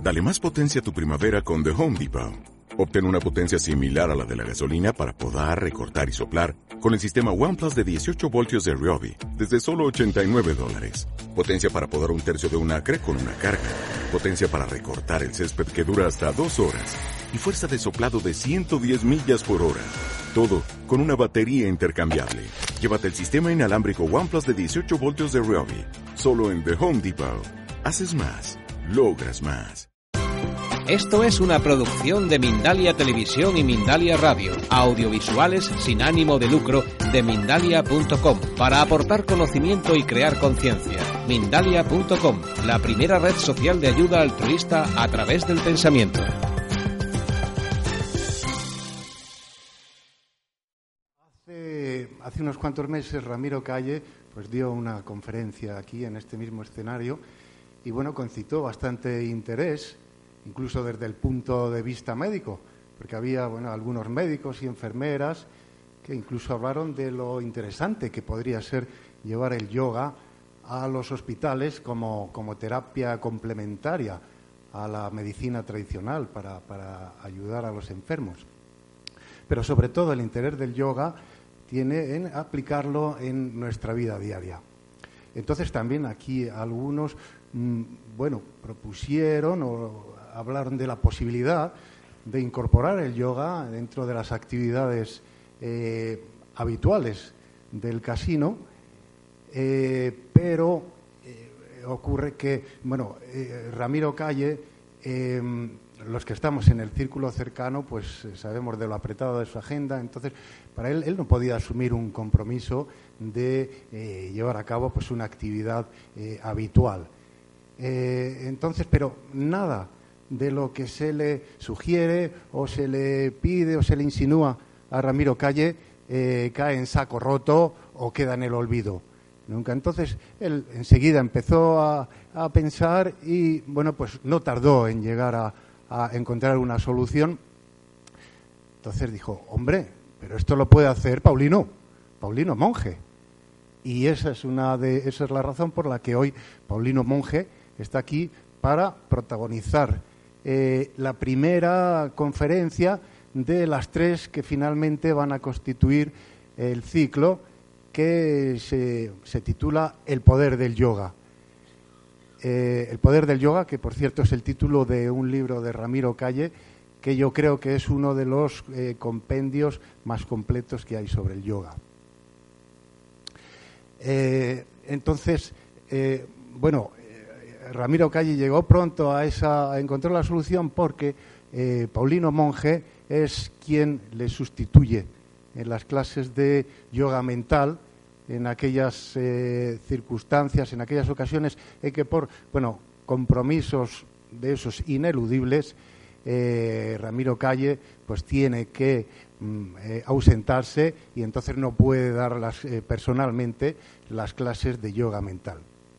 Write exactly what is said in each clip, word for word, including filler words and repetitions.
Dale más potencia a tu primavera con The Home Depot. Obtén una potencia similar a la de la gasolina para podar, recortar y soplar con el sistema OnePlus de dieciocho voltios de Ryobi desde solo ochenta y nueve dólares. Potencia para podar un tercio de un acre con una carga. Potencia para recortar el césped que dura hasta dos horas. Y fuerza de soplado de ciento diez millas por hora. Todo con una batería intercambiable. Llévate el sistema inalámbrico OnePlus de dieciocho voltios de Ryobi. Solo en The Home Depot. Haces más. Logras más. Esto es una producción de Mindalia Televisión y Mindalia Radio, audiovisuales sin ánimo de lucro de Mindalia punto com, para aportar conocimiento y crear conciencia. Mindalia punto com, la primera red social de ayuda altruista a través del pensamiento. Hace, hace unos cuantos meses Ramiro Calle pues dio una conferencia aquí en este mismo escenario y bueno, concitó bastante interés, incluso desde el punto de vista médico, porque había bueno, algunos médicos y enfermeras que incluso hablaron de lo interesante que podría ser llevar el yoga a los hospitales como, como terapia complementaria a la medicina tradicional para, para ayudar a los enfermos. Pero sobre todo el interés del yoga tiene en aplicarlo en nuestra vida diaria. Entonces también aquí algunos, mmm, bueno, propusieron o hablaron de la posibilidad de incorporar el yoga dentro de las actividades eh, habituales del casino, eh, pero eh, ocurre que, bueno, eh, Ramiro Calle, eh, los que estamos en el círculo cercano, pues eh, sabemos de lo apretado de su agenda, entonces para él, él no podía asumir un compromiso de eh, llevar a cabo pues una actividad eh, habitual. Eh, entonces, pero nada de lo que se le sugiere o se le pide o se le insinúa a Ramiro Calle eh, cae en saco roto o queda en el olvido. Nunca. Entonces, él enseguida empezó a, a pensar y, bueno, pues no tardó en llegar a, a encontrar una solución. Entonces dijo, hombre, pero esto lo puede hacer Paulino, Paulino Monge. Y esa es, una de, esa es la razón por la que hoy Paulino Monge está aquí para protagonizar Eh, la primera conferencia de las tres que finalmente van a constituir el ciclo que se, se titula El poder del yoga. Eh, el poder del yoga, que por cierto es el título de un libro de Ramiro Calle, que yo creo que es uno de los eh, compendios más completos que hay sobre el yoga. Eh, entonces, eh, bueno, Ramiro Calle llegó pronto a esa a encontrar la solución porque eh, Paulino Monge es quien le sustituye en las clases de yoga mental en aquellas eh, circunstancias, en aquellas ocasiones en que por bueno compromisos de esos ineludibles eh, Ramiro Calle pues tiene que mm, eh, ausentarse y entonces no puede dar las, eh, personalmente las clases de yoga mental.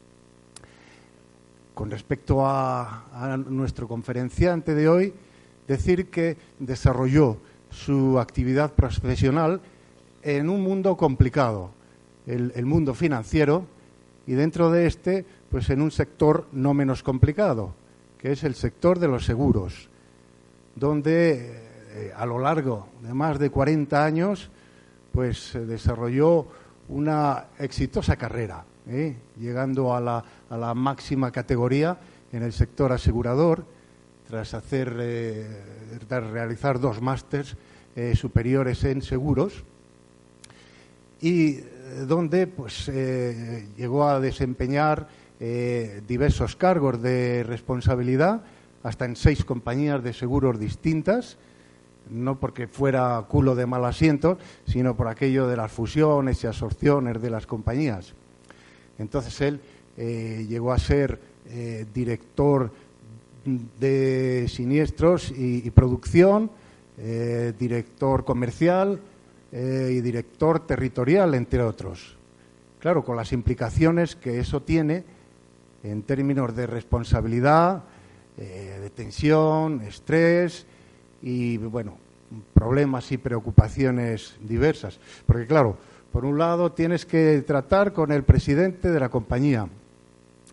Con respecto a, a nuestro conferenciante de hoy, decir que desarrolló su actividad profesional en un mundo complicado, el, el mundo financiero, y dentro de este, pues en un sector no menos complicado, que es el sector de los seguros, donde eh, a lo largo de más de cuarenta años, pues se desarrolló una exitosa carrera, ¿eh? llegando a la, a la máxima categoría en el sector asegurador, tras hacer eh, tras realizar dos másters eh, superiores en seguros, y eh, donde pues eh, llegó a desempeñar eh, diversos cargos de responsabilidad, hasta en seis compañías de seguros distintas, no porque fuera culo de mal asiento, sino por aquello de las fusiones y absorciones de las compañías. Entonces él eh, llegó a ser eh, director de siniestros y, y producción, eh, director comercial eh, y director territorial, entre otros. Claro, con las implicaciones que eso tiene en términos de responsabilidad, eh, de tensión, estrés y, bueno, problemas y preocupaciones diversas. Porque, claro, por un lado tienes que tratar con el presidente de la compañía,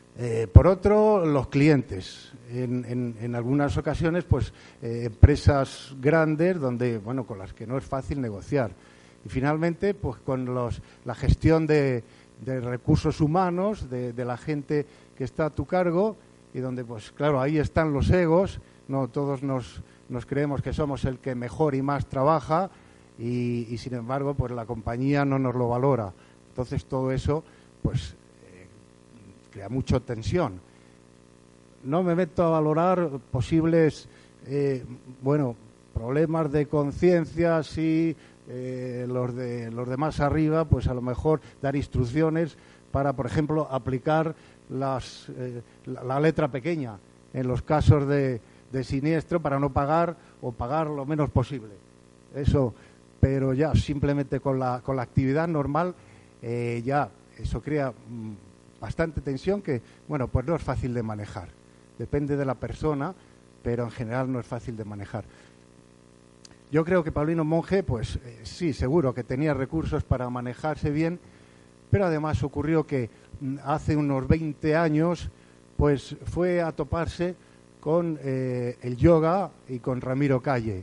Eh, por otro, los clientes. En, en, en algunas ocasiones, pues, eh, empresas grandes donde, bueno, con las que no es fácil negociar. Y finalmente, pues, con los, la gestión de, de recursos humanos, de, de la gente que está a tu cargo, y donde, pues, claro, ahí están los egos, no todos nos, nos creemos que somos el que mejor y más trabaja, y, y sin embargo, pues, la compañía no nos lo valora. Entonces, todo eso, pues, eh, crea mucha tensión. No me meto a valorar posibles, eh, bueno, problemas de conciencia, si eh, los de los de más arriba, pues a lo mejor dar instrucciones para, por ejemplo, aplicar las, eh, la, la letra pequeña en los casos de, de siniestro para no pagar o pagar lo menos posible. Eso, pero ya simplemente con la, con la actividad normal, eh, ya eso crea mm, bastante tensión que, bueno, pues no es fácil de manejar. Depende de la persona, pero en general no es fácil de manejar. Yo creo que Paulino Monge, pues eh, sí, seguro que tenía recursos para manejarse bien, pero además ocurrió que mm, hace unos veinte años, pues fue a toparse con eh, el yoga y con Ramiro Calle.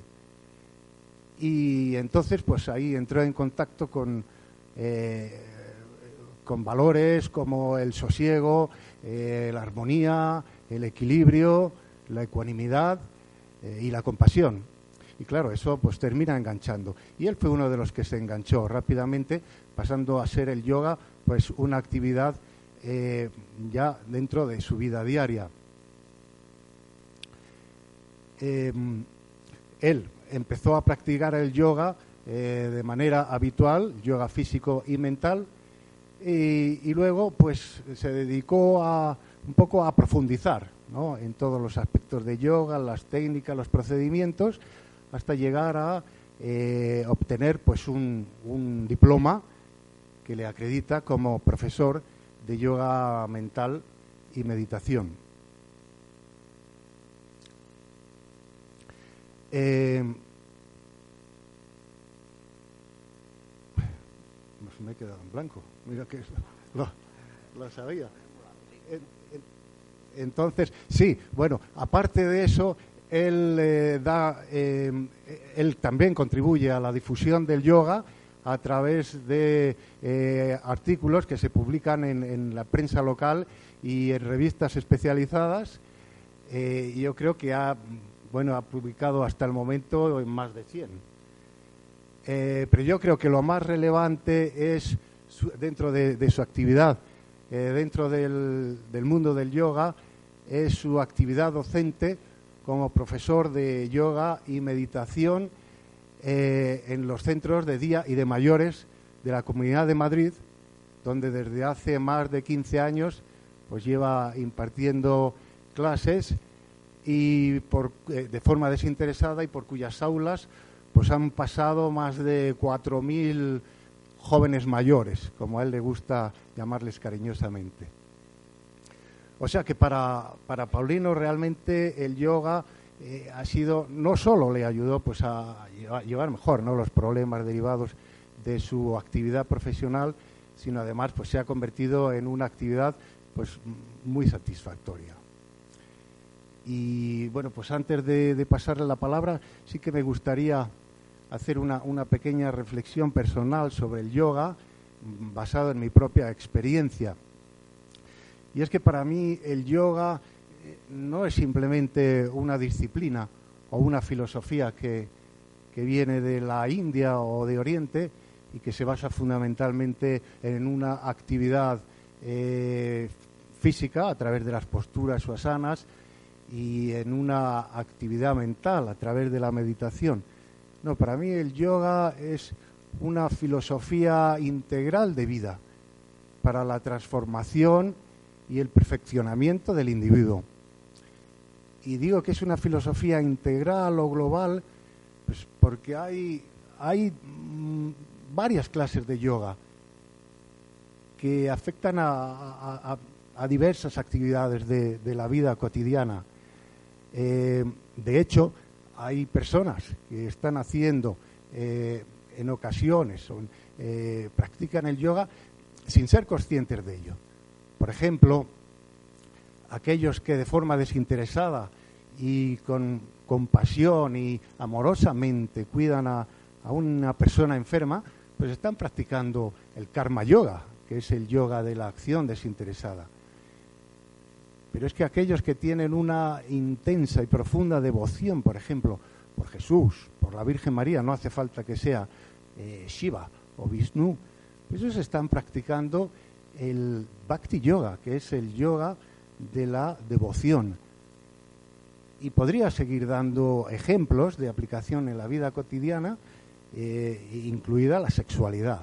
Y entonces, pues ahí entró en contacto con, eh, con valores como el sosiego, eh, la armonía, el equilibrio, la ecuanimidad eh, y la compasión. Y claro, eso pues termina enganchando. Y él fue uno de los que se enganchó rápidamente, pasando a ser el yoga pues una actividad eh, ya dentro de su vida diaria. Eh, él empezó a practicar el yoga eh, de manera habitual, yoga físico y mental, y, y luego pues se dedicó a un poco a profundizar, ¿no?, en todos los aspectos de yoga, las técnicas, los procedimientos, hasta llegar a eh, obtener pues un, un diploma que le acredita como profesor de yoga mental y meditación. Eh, me he quedado en blanco. Mira que lo, lo sabía. Entonces, sí, bueno, aparte de eso, él eh, da, eh, él también contribuye a la difusión del yoga a través de eh, artículos que se publican en, en la prensa local y en revistas especializadas. Eh, yo creo que ha, bueno, ha publicado hasta el momento en más de cien. Eh, pero yo creo que lo más relevante es su, dentro de, de su actividad, eh, dentro del, del mundo del yoga, es su actividad docente como profesor de yoga y meditación eh, en los centros de día y de mayores de la Comunidad de Madrid, donde desde hace más de quince años pues lleva impartiendo clases y por, eh, de forma desinteresada, y por cuyas aulas pues han pasado más de cuatro mil jóvenes mayores, como a él le gusta llamarles cariñosamente. O sea que para, para Paulino realmente el yoga eh, ha sido, no solo le ayudó pues a llevar, llevar mejor, ¿no?, los problemas derivados de su actividad profesional, sino además pues se ha convertido en una actividad pues muy satisfactoria. Y bueno, pues antes de, de pasarle la palabra, sí que me gustaría hacer una, una pequeña reflexión personal sobre el yoga, basado en mi propia experiencia. Y es que para mí el yoga no es simplemente una disciplina o una filosofía que, que viene de la India o de Oriente y que se basa fundamentalmente en una actividad eh, física a través de las posturas o asanas y en una actividad mental a través de la meditación. No, para mí el yoga es una filosofía integral de vida para la transformación y el perfeccionamiento del individuo. Y digo que es una filosofía integral o global, pues porque hay, hay mmm, varias clases de yoga que afectan a, a, a, a diversas actividades de, de la vida cotidiana. Eh, de hecho, hay personas que están haciendo eh, en ocasiones, o, eh, practican el yoga sin ser conscientes de ello. Por ejemplo, aquellos que de forma desinteresada y con compasión y amorosamente cuidan a, a una persona enferma, pues están practicando el karma yoga, que es el yoga de la acción desinteresada. Pero es que aquellos que tienen una intensa y profunda devoción, por ejemplo, por Jesús, por la Virgen María, no hace falta que sea eh, Shiva o Vishnu, pues ellos están practicando el Bhakti Yoga, que es el yoga de la devoción. Y podría seguir dando ejemplos de aplicación en la vida cotidiana, eh, incluida la sexualidad.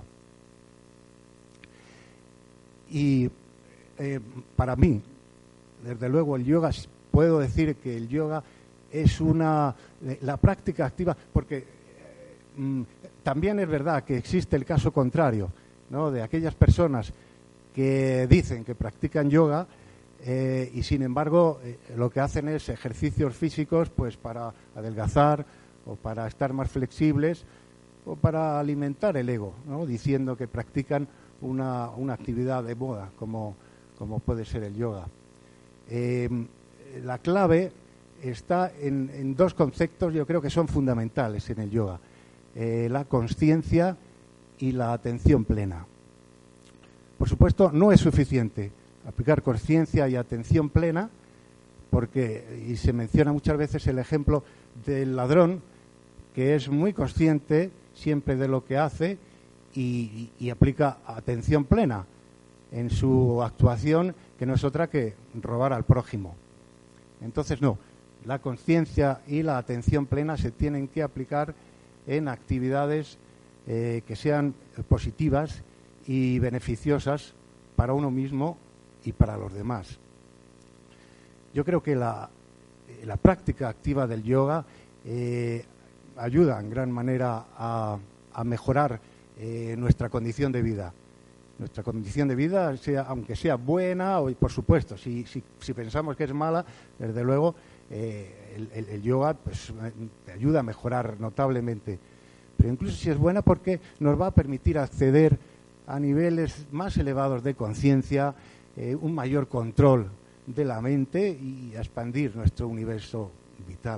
Y eh, para mí, desde luego, el yoga, puedo decir que el yoga es una la práctica activa, porque eh, también es verdad que existe el caso contrario, ¿no?, de aquellas personas que dicen que practican yoga eh, y sin embargo eh, lo que hacen es ejercicios físicos pues para adelgazar o para estar más flexibles o para alimentar el ego, ¿no?, diciendo que practican una, una actividad de moda como, como puede ser el yoga. Eh, la clave está en, en dos conceptos, yo creo que son fundamentales en el yoga, eh, la consciencia y la atención plena. Por supuesto, no es suficiente aplicar conciencia y atención plena, porque, y se menciona muchas veces el ejemplo del ladrón, que es muy consciente siempre de lo que hace y, y, y aplica atención plena en su actuación, que no es otra que robar al prójimo. Entonces, no, la conciencia y la atención plena se tienen que aplicar en actividades eh, que sean positivas y beneficiosas para uno mismo y para los demás. Yo creo que la, la práctica activa del yoga eh, ayuda en gran manera a, a mejorar eh, nuestra condición de vida. Nuestra condición de vida, sea, aunque sea buena, o por supuesto, si, si, si pensamos que es mala, desde luego eh, el, el, el yoga pues, te ayuda a mejorar notablemente. Pero incluso si es buena, porque nos va a permitir acceder a niveles más elevados de conciencia, eh, un mayor control de la mente y a expandir nuestro universo vital.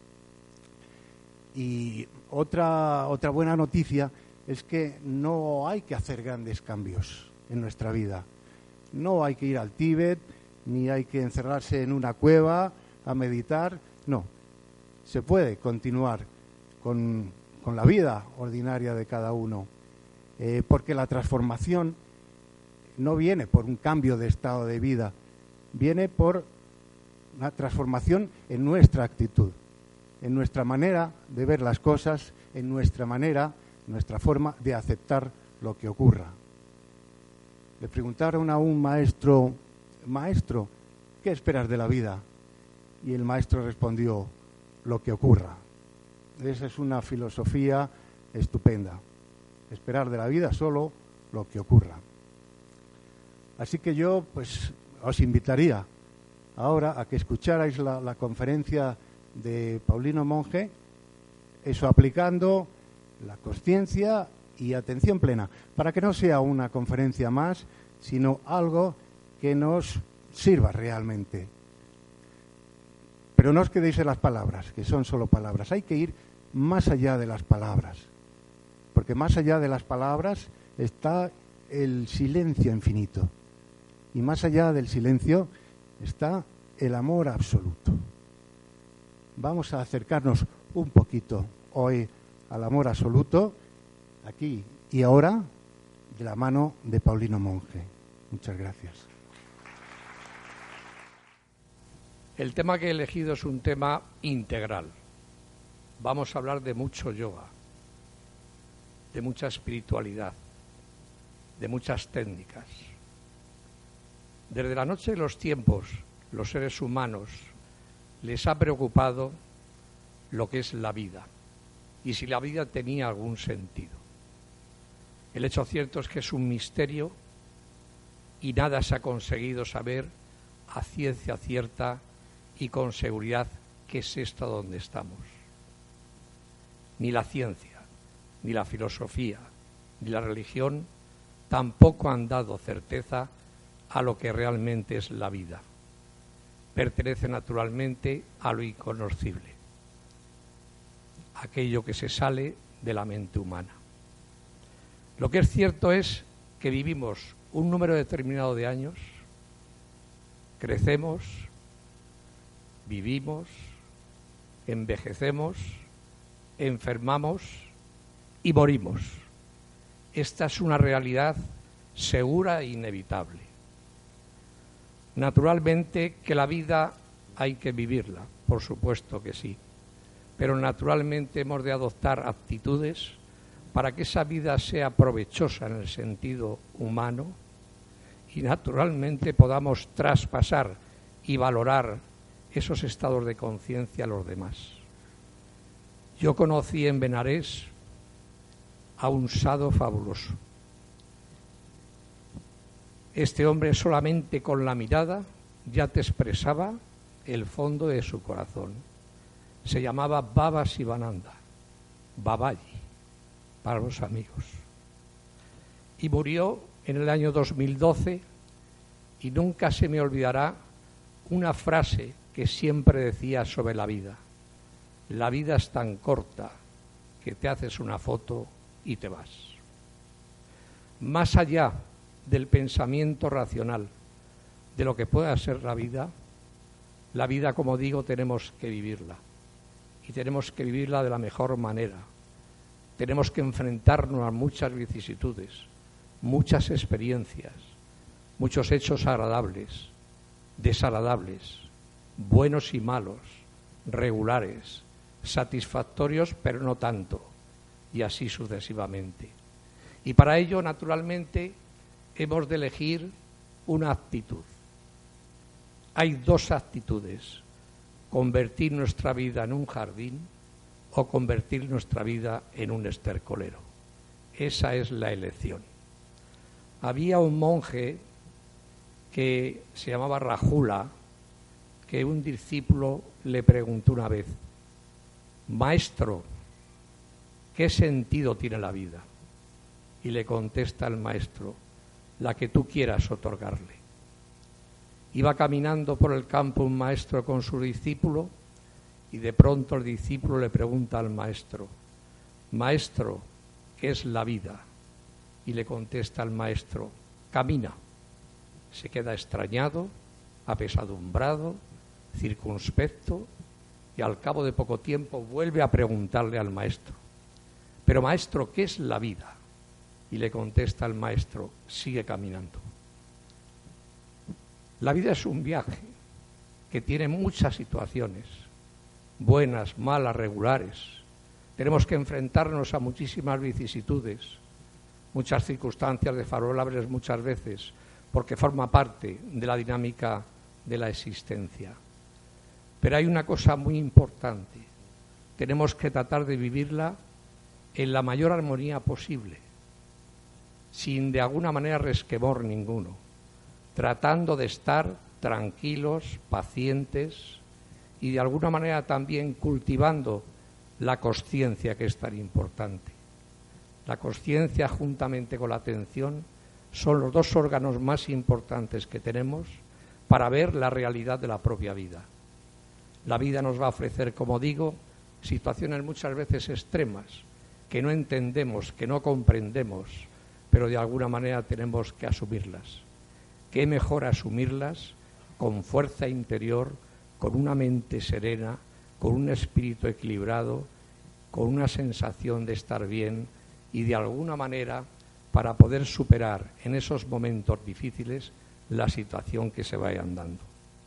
Y otra, otra buena noticia es que no hay que hacer grandes cambios en nuestra vida. No hay que ir al Tíbet, ni hay que encerrarse en una cueva a meditar. No, se puede continuar con, con la vida ordinaria de cada uno, eh, porque la transformación no viene por un cambio de estado de vida, viene por una transformación en nuestra actitud, en nuestra manera de ver las cosas, en nuestra manera, nuestra forma de aceptar lo que ocurra. Le preguntaron a un maestro, maestro, ¿qué esperas de la vida? Y el maestro respondió, lo que ocurra. Esa es una filosofía estupenda. Esperar de la vida solo lo que ocurra. Así que yo, pues, os invitaría ahora a que escucharais la, la conferencia de Paulino Monge, eso aplicando la consciencia y atención plena, para que no sea una conferencia más, sino algo que nos sirva realmente. Pero no os quedéis en las palabras, que son solo palabras. Hay que ir más allá de las palabras, porque más allá de las palabras está el silencio infinito, y más allá del silencio está el amor absoluto. Vamos a acercarnos un poquito hoy al amor absoluto, aquí y ahora, de la mano de Paulino Monge. Muchas gracias. El tema que he elegido es un tema integral. Vamos a hablar de mucho yoga, de mucha espiritualidad, de muchas técnicas. Desde la noche de los tiempos, los seres humanos les ha preocupado lo que es la vida y si la vida tenía algún sentido. El hecho cierto es que es un misterio y nada se ha conseguido saber a ciencia cierta y con seguridad qué es esto donde estamos. Ni la ciencia, ni la filosofía, ni la religión tampoco han dado certeza a lo que realmente es la vida. pertenece naturalmente a lo inconocible, aquello que se sale de la mente humana. Lo que es cierto es que vivimos un número determinado de años, crecemos, vivimos, envejecemos, enfermamos y morimos. Esta es una realidad segura e inevitable. Naturalmente que la vida hay que vivirla, por supuesto que sí, pero naturalmente hemos de adoptar actitudes para que esa vida sea provechosa en el sentido humano y naturalmente podamos traspasar y valorar esos estados de conciencia a los demás. Yo conocí en Benarés a un sado fabuloso. Este hombre solamente con la mirada ya te expresaba el fondo de su corazón. Se llamaba Baba Sivananda, Babaji, para los amigos. Y murió en el año dos mil doce y nunca se me olvidará una frase que siempre decía sobre la vida. La vida es tan corta que te haces una foto y te vas. Más allá del pensamiento racional de lo que pueda ser la vida, la vida, como digo, tenemos que vivirla. Y tenemos que vivirla de la mejor manera. Tenemos que enfrentarnos a muchas vicisitudes, muchas experiencias, muchos hechos agradables, desagradables, buenos y malos, regulares, satisfactorios pero no tanto, y así sucesivamente. Y para ello, naturalmente, hemos de elegir una actitud. Hay dos actitudes: convertir nuestra vida en un jardín o convertir nuestra vida en un estercolero. Esa es la elección. Había un monje que se llamaba Rajula, que un discípulo le preguntó una vez: maestro, ¿qué sentido tiene la vida? Y le contesta el maestro: la que tú quieras otorgarle. Iba caminando por el campo un maestro con su discípulo y de pronto el discípulo le pregunta al maestro: maestro, ¿qué es la vida? Y le contesta el maestro: camina. Se queda extrañado, apesadumbrado, circunspecto, y al cabo de poco tiempo vuelve a preguntarle al maestro: pero maestro, ¿qué es la vida? Y le contesta el maestro: sigue caminando. La vida es un viaje que tiene muchas situaciones, buenas, malas, regulares. Tenemos que enfrentarnos a muchísimas vicisitudes, muchas circunstancias desfavorables muchas veces, porque forma parte de la dinámica de la existencia. Pero hay una cosa muy importante: tenemos que tratar de vivirla en la mayor armonía posible, sin de alguna manera resquemor ninguno, tratando de estar tranquilos, pacientes y de alguna manera también cultivando la consciencia, que es tan importante. La consciencia, juntamente con la atención, son los dos órganos más importantes que tenemos para ver la realidad de la propia vida. La vida nos va a ofrecer, como digo, situaciones muchas veces extremas, que no entendemos, que no comprendemos, pero de alguna manera tenemos que asumirlas. Qué mejor asumirlas con fuerza interior, con una mente serena, con un espíritu equilibrado, con una sensación de estar bien y de alguna manera para poder superar en esos momentos difíciles la situación que se vayan dando.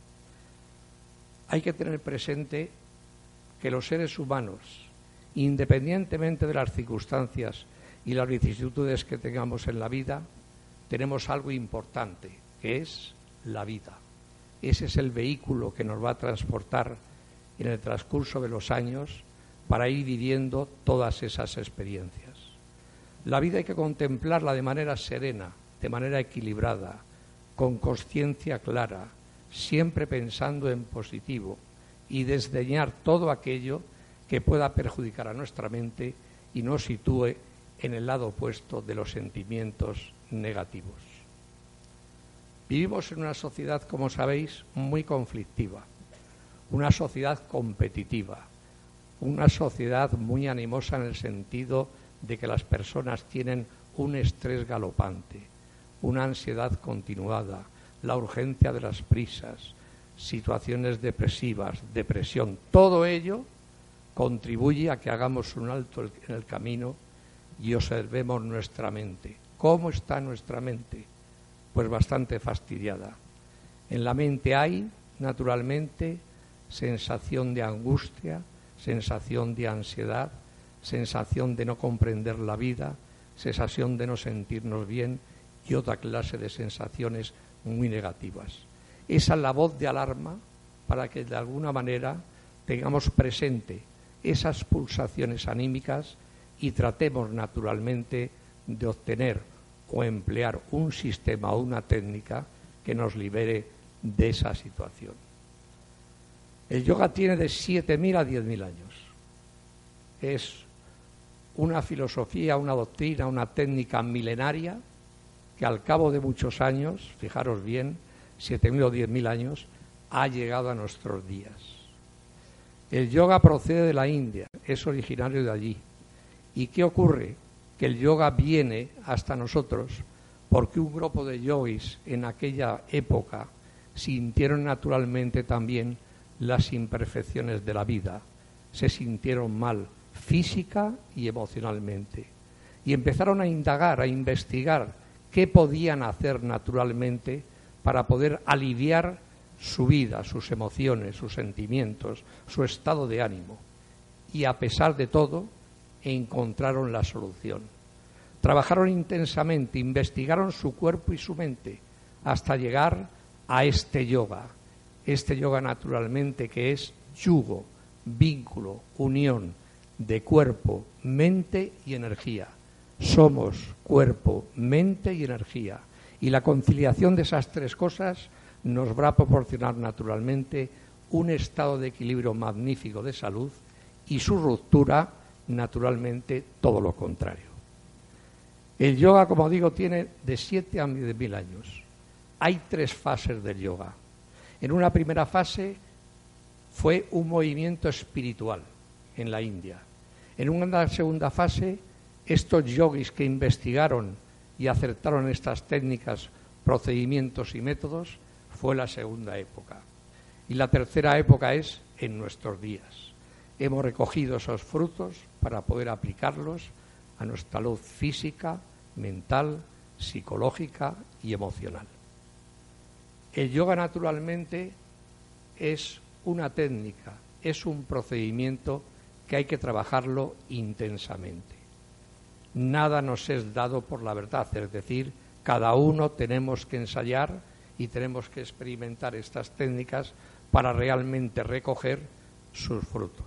Hay que tener presente que los seres humanos, independientemente de las circunstancias y las vicisitudes que tengamos en la vida, tenemos algo importante, que es la vida. Ese es el vehículo que nos va a transportar en el transcurso de los años para ir viviendo todas esas experiencias. La vida hay que contemplarla de manera serena, de manera equilibrada, con consciencia clara, siempre pensando en positivo y desdeñar todo aquello que pueda perjudicar a nuestra mente y nos sitúe en el lado opuesto de los sentimientos negativos. Vivimos en una sociedad, como sabéis, muy conflictiva, una sociedad competitiva, una sociedad muy animosa en el sentido de que las personas tienen un estrés galopante, una ansiedad continuada, la urgencia de las prisas, situaciones depresivas, depresión. Todo ello contribuye a que hagamos un alto en el camino y observemos nuestra mente. ¿Cómo está nuestra mente? Pues bastante fastidiada. En la mente hay, naturalmente, sensación de angustia, sensación de ansiedad, sensación de no comprender la vida, sensación de no sentirnos bien y otra clase de sensaciones muy negativas. Esa es la voz de alarma para que de alguna manera tengamos presente esas pulsaciones anímicas y tratemos naturalmente de obtener o emplear un sistema o una técnica que nos libere de esa situación. El yoga tiene de siete mil a diez mil años. Es una filosofía, una doctrina, una técnica milenaria que al cabo de muchos años, fijaros bien, siete mil o diez mil años, ha llegado a nuestros días. El yoga procede de la India, es originario de allí. ¿Y qué ocurre? Que el yoga viene hasta nosotros porque un grupo de yogis en aquella época sintieron naturalmente también las imperfecciones de la vida, se sintieron mal física y emocionalmente y empezaron a indagar, a investigar qué podían hacer naturalmente para poder aliviar su vida, sus emociones, sus sentimientos, su estado de ánimo. Y a pesar de todo, encontraron la solución. Trabajaron intensamente, investigaron su cuerpo y su mente hasta llegar a este yoga. Este yoga naturalmente que es yugo, vínculo, unión de cuerpo, mente y energía. Somos cuerpo, mente y energía. Y la conciliación de esas tres cosas nos va a proporcionar naturalmente un estado de equilibrio magnífico de salud y su ruptura naturalmente todo lo contrario. El yoga, como digo, tiene de siete a diez mil años. Hay tres fases del yoga. En una primera fase fue un movimiento espiritual en la India. En una segunda fase, estos yogis que investigaron y acertaron estas técnicas, procedimientos y métodos, fue la segunda época. Y la tercera época es en nuestros días. Hemos recogido esos frutos para poder aplicarlos a nuestra salud física, mental, psicológica y emocional. El yoga naturalmente es una técnica, es un procedimiento que hay que trabajarlo intensamente. Nada nos es dado por la verdad, es decir, cada uno tenemos que ensayar y tenemos que experimentar estas técnicas para realmente recoger sus frutos.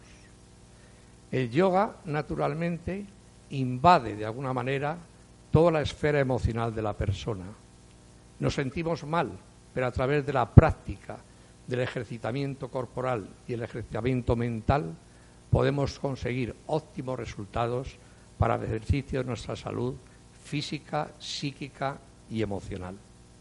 El yoga, naturalmente, invade de alguna manera toda la esfera emocional de la persona. Nos sentimos mal, pero a través de la práctica, del ejercitamiento corporal y el ejercitamiento mental, podemos conseguir óptimos resultados para el ejercicio de nuestra salud física, psíquica y emocional.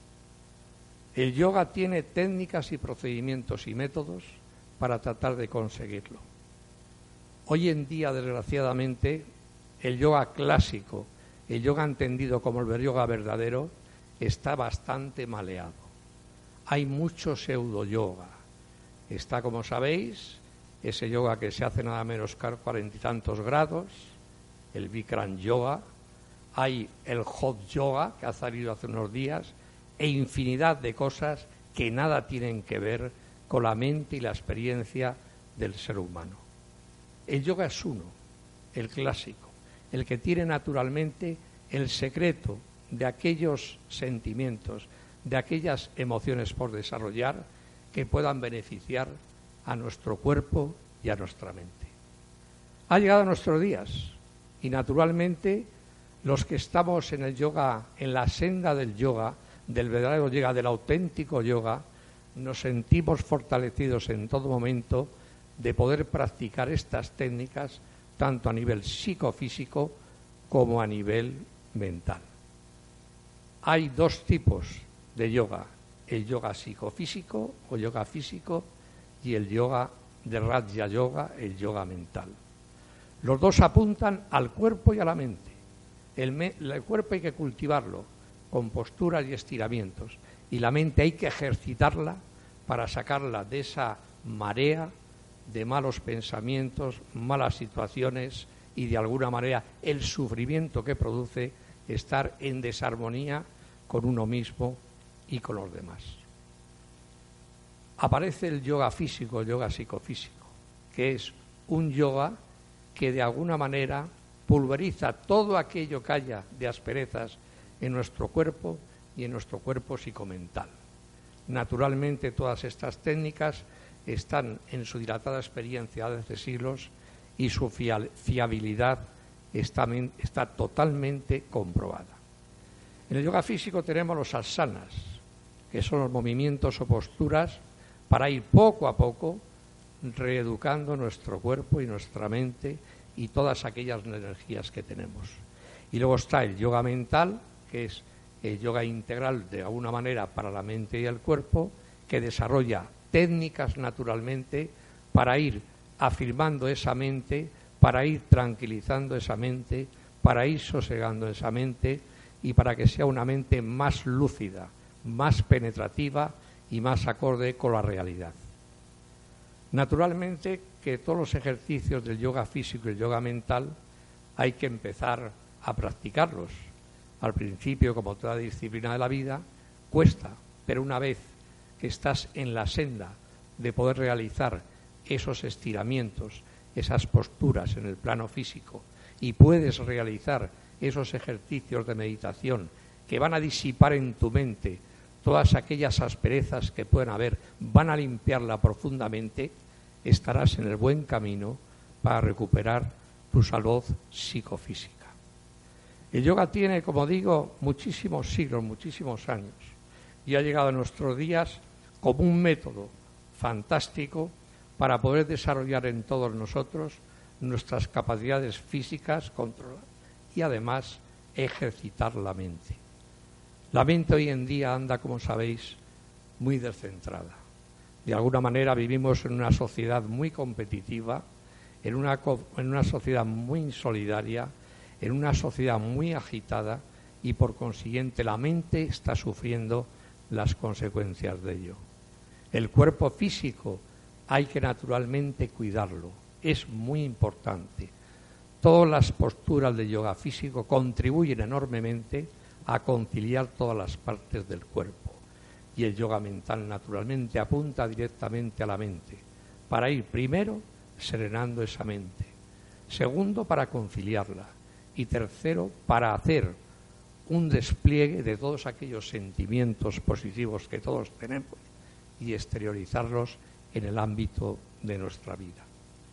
El yoga tiene técnicas y procedimientos y métodos para tratar de conseguirlo. Hoy en día, desgraciadamente, el yoga clásico, el yoga entendido como el yoga verdadero, está bastante maleado. Hay mucho pseudo-yoga. Está, como sabéis, ese yoga que se hace nada menos que a cuarenta y tantos grados, el Bikram yoga, hay el hot yoga que ha salido hace unos días, e infinidad de cosas que nada tienen que ver con la mente y la experiencia del ser humano. El yoga es uno, el clásico, el que tiene naturalmente el secreto de aquellos sentimientos, de aquellas emociones por desarrollar que puedan beneficiar a nuestro cuerpo y a nuestra mente. Ha llegado a nuestros días y naturalmente los que estamos en el yoga, en la senda del yoga, del verdadero yoga, del auténtico yoga, nos sentimos fortalecidos en todo momento de poder practicar estas técnicas tanto a nivel psicofísico como a nivel mental. Hay dos tipos de yoga, el yoga psicofísico o yoga físico y el yoga de Raja Yoga, el yoga mental. Los dos apuntan al cuerpo y a la mente. El, me, el cuerpo hay que cultivarlo con posturas y estiramientos, y la mente hay que ejercitarla para sacarla de esa marea de malos pensamientos, malas situaciones y de alguna manera el sufrimiento que produce estar en desarmonía con uno mismo y con los demás. Aparece el yoga físico, el yoga psicofísico, que es un yoga que de alguna manera pulveriza todo aquello que haya de asperezas en nuestro cuerpo y en nuestro cuerpo psicomental. Naturalmente todas estas técnicas están en su dilatada experiencia desde siglos y su fiabilidad está, está totalmente comprobada. En el yoga físico tenemos los asanas, que son los movimientos o posturas para ir poco a poco reeducando nuestro cuerpo y nuestra mente y todas aquellas energías que tenemos. Y luego está el yoga mental, que es el yoga integral de alguna manera para la mente y el cuerpo, que desarrolla técnicas naturalmente para ir afirmando esa mente, para ir tranquilizando esa mente, para ir sosegando esa mente y para que sea una mente más lúcida, más penetrativa y más acorde con la realidad. Naturalmente que todos los ejercicios del yoga físico y el yoga mental hay que empezar a practicarlos. Al principio, como toda disciplina de la vida, cuesta, pero una vez que estás en la senda de poder realizar esos estiramientos, esas posturas en el plano físico y puedes realizar esos ejercicios de meditación que van a disipar en tu mente todas aquellas asperezas que pueden haber, van a limpiarla profundamente, estarás en el buen camino para recuperar tu salud psicofísica. El yoga tiene, como digo, muchísimos siglos, muchísimos años y ha llegado a nuestros días como un método fantástico para poder desarrollar en todos nosotros nuestras capacidades físicas, controlar y además ejercitar la mente. La mente hoy en día anda, como sabéis, muy descentrada. De alguna manera vivimos en una sociedad muy competitiva, en una, en una sociedad muy insolidaria, en una sociedad muy agitada y por consiguiente la mente está sufriendo las consecuencias de ello. El cuerpo físico hay que naturalmente cuidarlo, es muy importante. Todas las posturas de yoga físico contribuyen enormemente a conciliar todas las partes del cuerpo. Y el yoga mental naturalmente apunta directamente a la mente, para ir primero serenando esa mente, segundo para conciliarla y tercero para hacer un despliegue de todos aquellos sentimientos positivos que todos tenemos y exteriorizarlos en el ámbito de nuestra vida.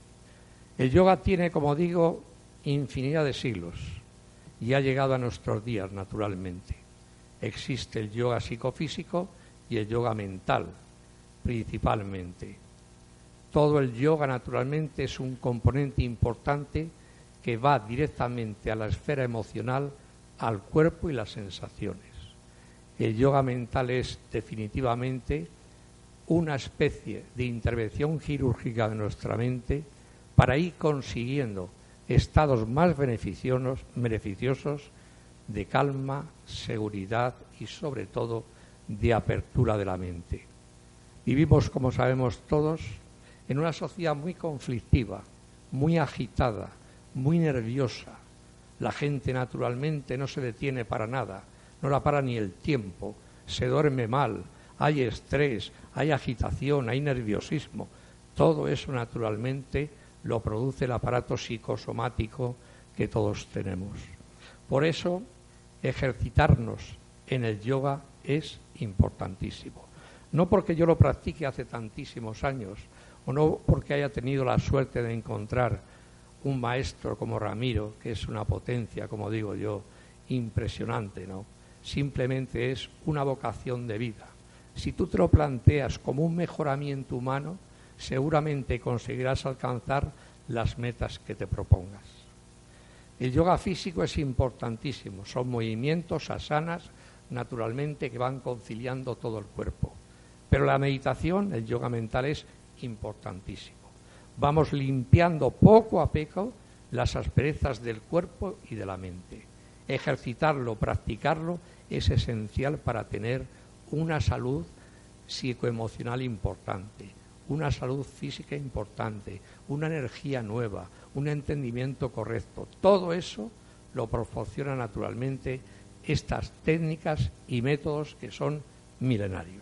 El yoga tiene, como digo, infinidad de siglos y ha llegado a nuestros días naturalmente. Existe el yoga psicofísico y el yoga mental, principalmente. Todo el yoga, naturalmente, es un componente importante que va directamente a la esfera emocional, al cuerpo y las sensaciones. El yoga mental es definitivamente una especie de intervención quirúrgica de nuestra mente para ir consiguiendo estados más beneficiosos, beneficiosos de calma, seguridad y sobre todo de apertura de la mente. Vivimos, como sabemos todos, en una sociedad muy conflictiva, muy agitada, muy nerviosa. La gente naturalmente no se detiene para nada, no la para ni el tiempo, se duerme mal, hay estrés, hay agitación, hay nerviosismo. Todo eso naturalmente lo produce el aparato psicosomático que todos tenemos. Por eso, ejercitarnos en el yoga es importantísimo. No porque yo lo practique hace tantísimos años, o no porque haya tenido la suerte de encontrar un maestro como Ramiro, que es una potencia, como digo yo, impresionante, ¿no? Simplemente es una vocación de vida. Si tú te lo planteas como un mejoramiento humano, seguramente conseguirás alcanzar las metas que te propongas. El yoga físico es importantísimo, son movimientos, asanas, naturalmente, que van conciliando todo el cuerpo. Pero la meditación, el yoga mental, es importantísimo. Vamos limpiando poco a poco las asperezas del cuerpo y de la mente. Ejercitarlo, practicarlo, es esencial para tener una salud psicoemocional importante, una salud física importante, una energía nueva, un entendimiento correcto. Todo eso lo proporciona naturalmente estas técnicas y métodos que son milenarios.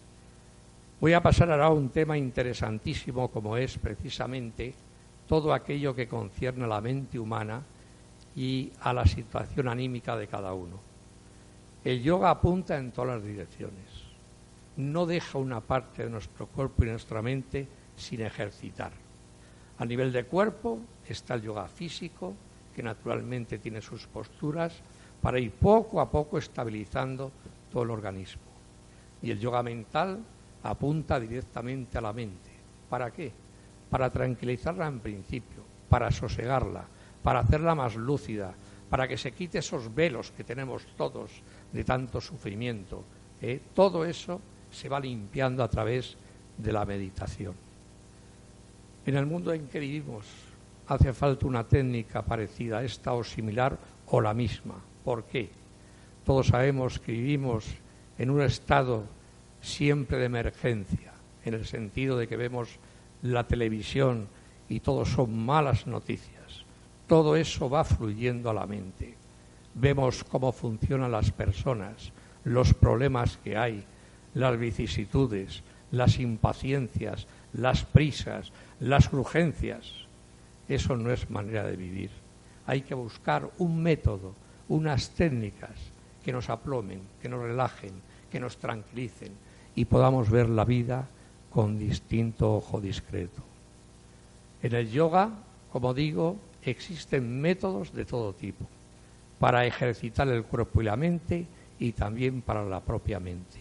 Voy a pasar ahora a un tema interesantísimo, como es precisamente todo aquello que concierne a la mente humana y a la situación anímica de cada uno. El yoga apunta en todas las direcciones. No deja una parte de nuestro cuerpo y nuestra mente sin ejercitar. A nivel de cuerpo está el yoga físico, que naturalmente tiene sus posturas, para ir poco a poco estabilizando todo el organismo. Y el yoga mental apunta directamente a la mente. ¿Para qué? Para tranquilizarla en principio, para sosegarla, para hacerla más lúcida, para que se quite esos velos que tenemos todos de tanto sufrimiento. ¿eh? Todo eso se va limpiando a través de la meditación. En el mundo en que vivimos hace falta una técnica parecida a esta o similar o la misma. ¿Por qué? Todos sabemos que vivimos en un estado siempre de emergencia, en el sentido de que vemos la televisión y todo son malas noticias. Todo eso va fluyendo a la mente. Vemos cómo funcionan las personas, los problemas que hay, las vicisitudes, las impaciencias, las prisas, las urgencias. Eso no es manera de vivir. Hay que buscar un método, unas técnicas que nos aplomen, que nos relajen, que nos tranquilicen y podamos ver la vida con distinto ojo discreto. En el yoga, como digo, existen métodos de todo tipo para ejercitar el cuerpo y la mente y también para la propia mente.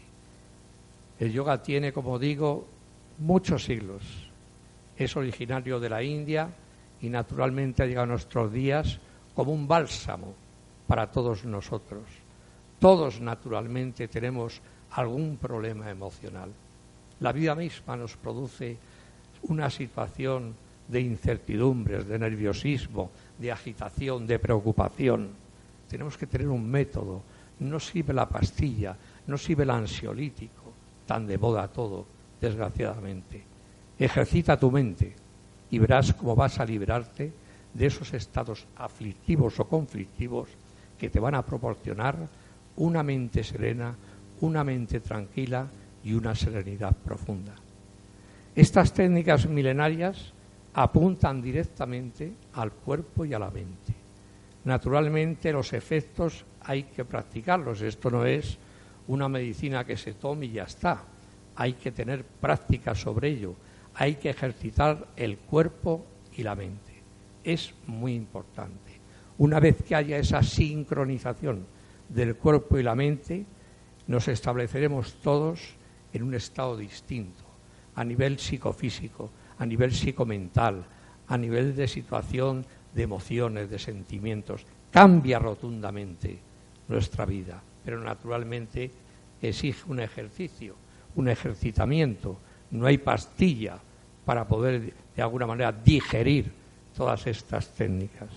El yoga tiene, como digo, muchos siglos. Es originario de la India y naturalmente ha llegado a nuestros días como un bálsamo para todos nosotros. Todos naturalmente tenemos algún problema emocional. La vida misma nos produce una situación de incertidumbres, de nerviosismo, de agitación, de preocupación. Tenemos que tener un método. No sirve la pastilla, no sirve el ansiolítico, tan de moda todo, desgraciadamente. Ejercita tu mente y verás cómo vas a liberarte de esos estados aflictivos o conflictivos que te van a proporcionar una mente serena, una mente tranquila y una serenidad profunda. Estas técnicas milenarias apuntan directamente al cuerpo y a la mente. Naturalmente los efectos hay que practicarlos. Esto no es una medicina que se tome y ya está. Hay que tener práctica sobre ello. Hay que ejercitar el cuerpo y la mente. Es muy importante. Una vez que haya esa sincronización del cuerpo y la mente, nos estableceremos todos en un estado distinto, a nivel psicofísico, a nivel psicomental, a nivel de situación, de emociones, de sentimientos. Cambia rotundamente nuestra vida, pero naturalmente exige un ejercicio, un ejercitamiento. No hay pastilla para poder de alguna manera digerir todas estas técnicas.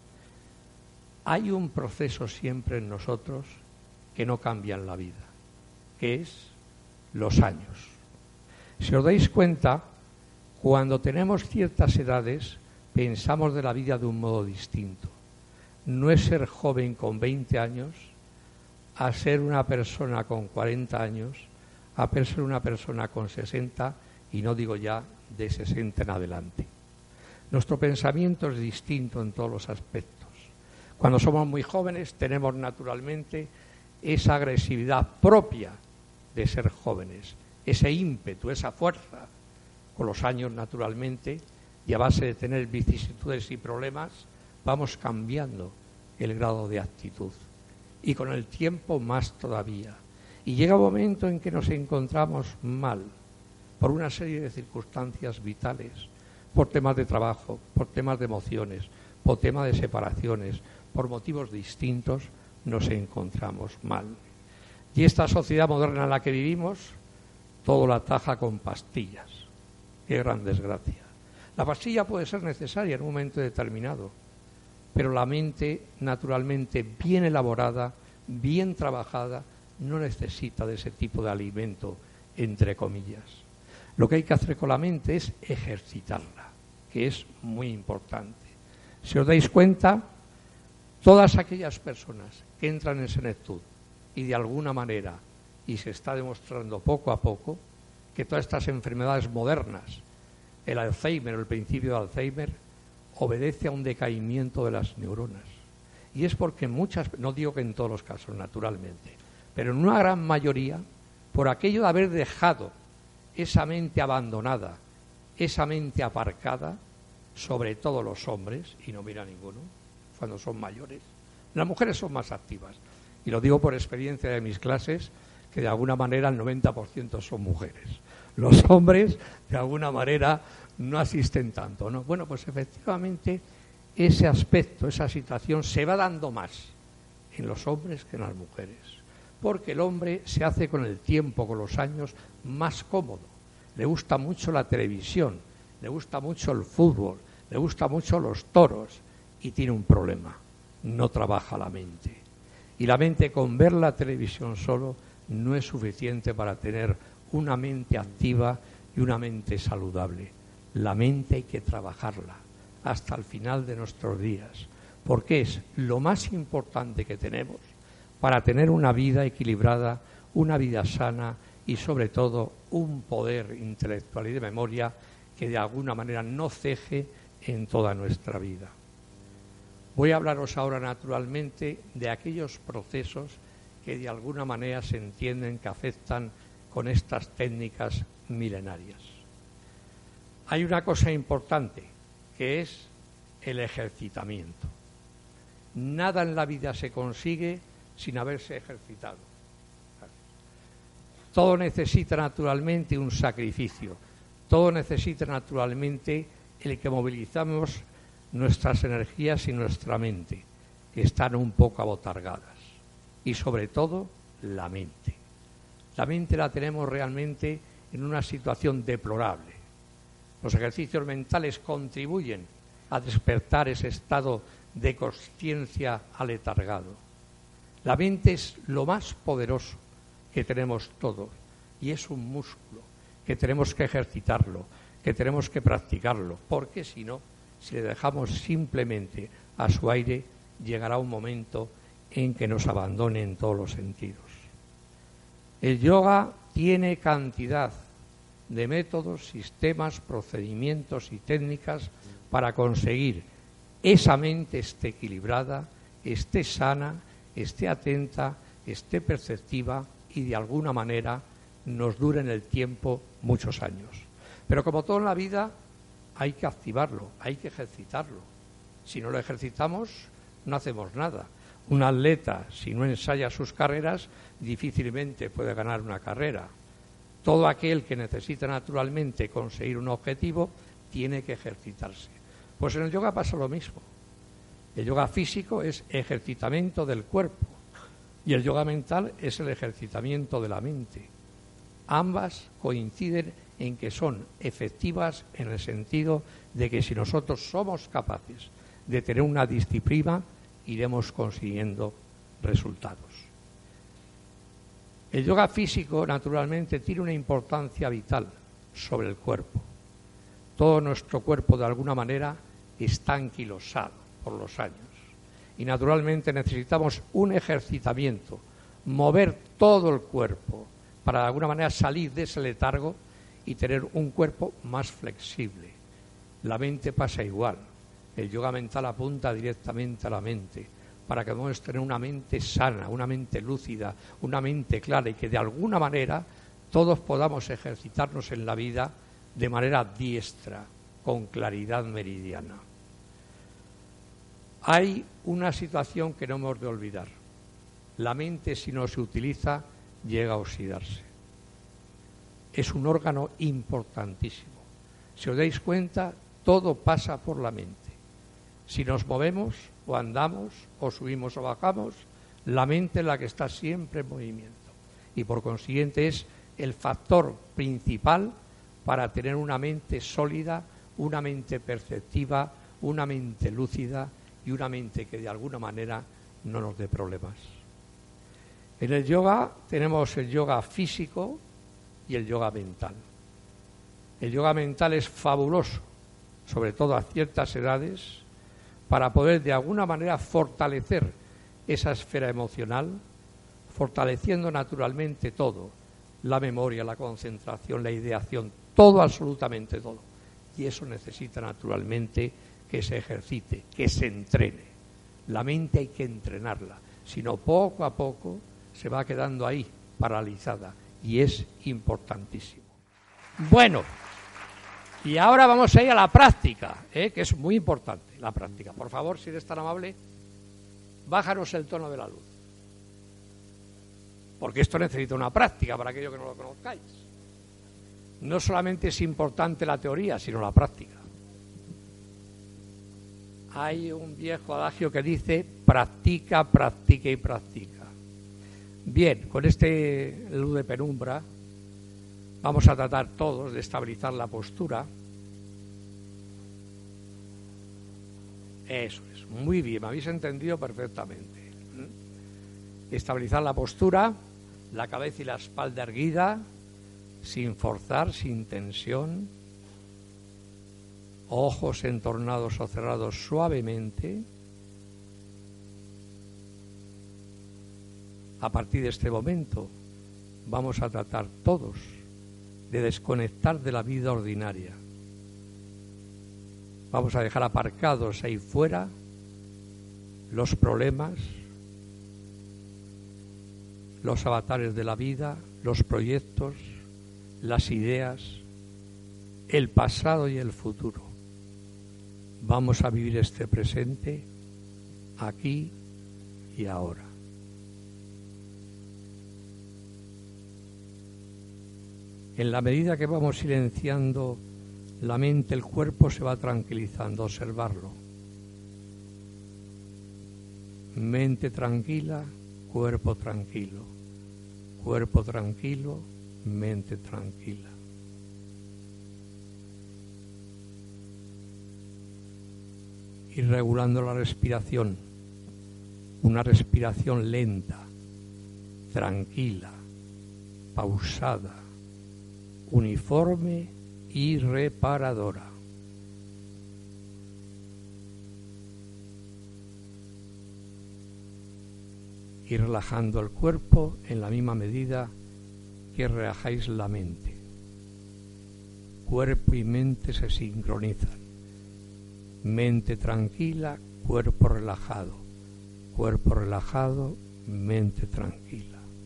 Hay un proceso siempre en nosotros que no cambia en la vida, que es los años. Si os dais cuenta, cuando tenemos ciertas edades, pensamos de la vida de un modo distinto. No es ser joven con veinte años, a ser una persona con cuarenta años, a ser una persona con sesenta, y no digo ya de sesenta en adelante. Nuestro pensamiento es distinto en todos los aspectos. Cuando somos muy jóvenes tenemos naturalmente esa agresividad propia de ser jóvenes, ese ímpetu, esa fuerza. Con los años, naturalmente, y a base de tener vicisitudes y problemas, vamos cambiando el grado de actitud. Y con el tiempo más todavía. Y llega un momento en que nos encontramos mal, por una serie de circunstancias vitales, por temas de trabajo, por temas de emociones, por temas de separaciones, por motivos distintos, nos encontramos mal. Y esta sociedad moderna en la que vivimos, todo la ataja con pastillas. Qué gran desgracia. La pastilla puede ser necesaria en un momento determinado, pero la mente, naturalmente bien elaborada, bien trabajada, no necesita de ese tipo de alimento, entre comillas. Lo que hay que hacer con la mente es ejercitarla, que es muy importante. Si os dais cuenta, todas aquellas personas que entran en senectud y de alguna manera, y se está demostrando poco a poco, que todas estas enfermedades modernas, el Alzheimer o el principio de Alzheimer, obedece a un decaimiento de las neuronas. Y es porque muchas, no digo que en todos los casos, naturalmente, pero en una gran mayoría, por aquello de haber dejado esa mente abandonada, esa mente aparcada, sobre todo los hombres, y no mira ninguno, cuando son mayores. Las mujeres son más activas, y lo digo por experiencia de mis clases, que de alguna manera el noventa por ciento son mujeres. Los hombres, de alguna manera, no asisten tanto, ¿no? Bueno, pues efectivamente ese aspecto, esa situación se va dando más en los hombres que en las mujeres, porque el hombre se hace con el tiempo, con los años, más cómodo. Le gusta mucho la televisión, le gusta mucho el fútbol, le gusta mucho los toros, y tiene un problema: no trabaja la mente. Y la mente, con ver la televisión solo, no es suficiente para tener una mente activa y una mente saludable. La mente hay que trabajarla hasta el final de nuestros días, porque es lo más importante que tenemos para tener una vida equilibrada, una vida sana y sobre todo un poder intelectual y de memoria que de alguna manera no ceje en toda nuestra vida. Voy a hablaros ahora naturalmente de aquellos procesos que de alguna manera se entienden que afectan con estas técnicas milenarias. Hay una cosa importante, que es el ejercitamiento. Nada en la vida se consigue sin haberse ejercitado. Todo necesita naturalmente un sacrificio, todo necesita naturalmente el que movilizamos nuestras energías y nuestra mente, que están un poco abotargadas, y sobre todo la mente. La mente la tenemos realmente en una situación deplorable. Los ejercicios mentales contribuyen a despertar ese estado de consciencia aletargado. La mente es lo más poderoso que tenemos todos, y es un músculo que tenemos que ejercitarlo, que tenemos que practicarlo, porque si no, si le dejamos simplemente a su aire, llegará un momento en que nos abandone en todos los sentidos. El yoga tiene cantidad de métodos, sistemas, procedimientos y técnicas para conseguir esa mente esté equilibrada, esté sana, esté atenta, esté perceptiva y de alguna manera nos dure en el tiempo muchos años. Pero como todo en la vida, hay que activarlo, hay que ejercitarlo. Si no lo ejercitamos, no hacemos nada. Un atleta, si no ensaya sus carreras, difícilmente puede ganar una carrera. Todo aquel que necesita naturalmente conseguir un objetivo tiene que ejercitarse. Pues en el yoga pasa lo mismo. El yoga físico es ejercitamiento del cuerpo y el yoga mental es el ejercitamiento de la mente. Ambas coinciden en que son efectivas en el sentido de que si nosotros somos capaces de tener una disciplina, iremos consiguiendo resultados. El yoga físico, naturalmente, tiene una importancia vital sobre el cuerpo. Todo nuestro cuerpo, de alguna manera, está anquilosado por los años. Y, naturalmente, necesitamos un ejercitamiento, mover todo el cuerpo para, de alguna manera, salir de ese letargo y tener un cuerpo más flexible. La mente pasa igual. El yoga mental apunta directamente a la mente, para que podamos tener una mente sana, una mente lúcida, una mente clara y que de alguna manera todos podamos ejercitarnos en la vida de manera diestra, con claridad meridiana. Hay una situación que no hemos de olvidar. La mente, si no se utiliza, llega a oxidarse. Es un órgano importantísimo. Si os dais cuenta, todo pasa por la mente. Si nos movemos o andamos o subimos o bajamos, la mente es la que está siempre en movimiento. y por consiguiente es el factor principal para tener una mente sólida, una mente perceptiva, una mente lúcida y una mente que de alguna manera no nos dé problemas. En el yoga tenemos el yoga físico y el yoga mental. El yoga mental es fabuloso, sobre todo a ciertas edades, para poder de alguna manera fortalecer esa esfera emocional, fortaleciendo naturalmente todo, la memoria, la concentración, la ideación, todo, absolutamente todo. Y eso necesita naturalmente que se ejercite, que se entrene. La mente hay que entrenarla, si no poco a poco se va quedando ahí, paralizada, y es importantísimo. Bueno, y ahora vamos a ir a la práctica, ¿eh? Que es muy importante, la práctica. Por favor, si eres tan amable, bájanos el tono de la luz. Porque esto necesita una práctica para aquellos que no lo conozcáis. No solamente es importante la teoría, sino la práctica. Hay un viejo adagio que dice, practica, practica y practica. Bien, con este luz de penumbra vamos a tratar todos de estabilizar la postura. Eso es, muy bien, me habéis entendido perfectamente. Estabilizar la postura, la cabeza y la espalda erguida, sin forzar, sin tensión. Ojos entornados o cerrados suavemente. A partir de este momento vamos a tratar todos de desconectar de la vida ordinaria. Vamos a dejar aparcados ahí fuera los problemas, los avatares de la vida, los proyectos, las ideas, el pasado y el futuro. Vamos a vivir este presente aquí y ahora. En la medida que vamos silenciando la mente, el cuerpo se va tranquilizando. Observarlo. Mente tranquila, cuerpo tranquilo. Cuerpo tranquilo, mente tranquila. Ir regulando la respiración. Una respiración lenta, tranquila, pausada, uniforme y reparadora. Y relajando el cuerpo en la misma medida que relajáis la mente. Cuerpo y mente se sincronizan. Mente tranquila, cuerpo relajado. Cuerpo relajado, mente tranquila.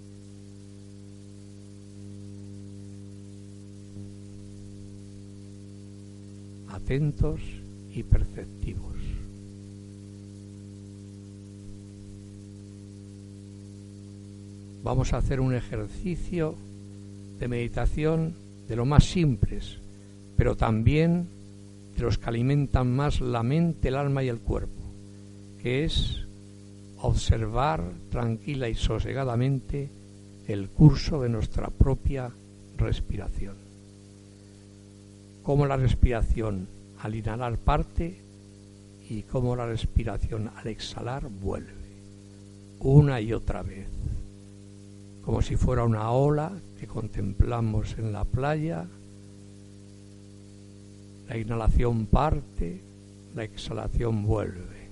Atentos y perceptivos. Vamos a hacer un ejercicio de meditación de lo más simples, pero también de los que alimentan más la mente, el alma y el cuerpo, que es observar tranquila y sosegadamente el curso de nuestra propia respiración. Cómo la respiración al inhalar parte y cómo la respiración al exhalar vuelve, una y otra vez, como si fuera una ola que contemplamos en la playa. La inhalación parte, la exhalación vuelve,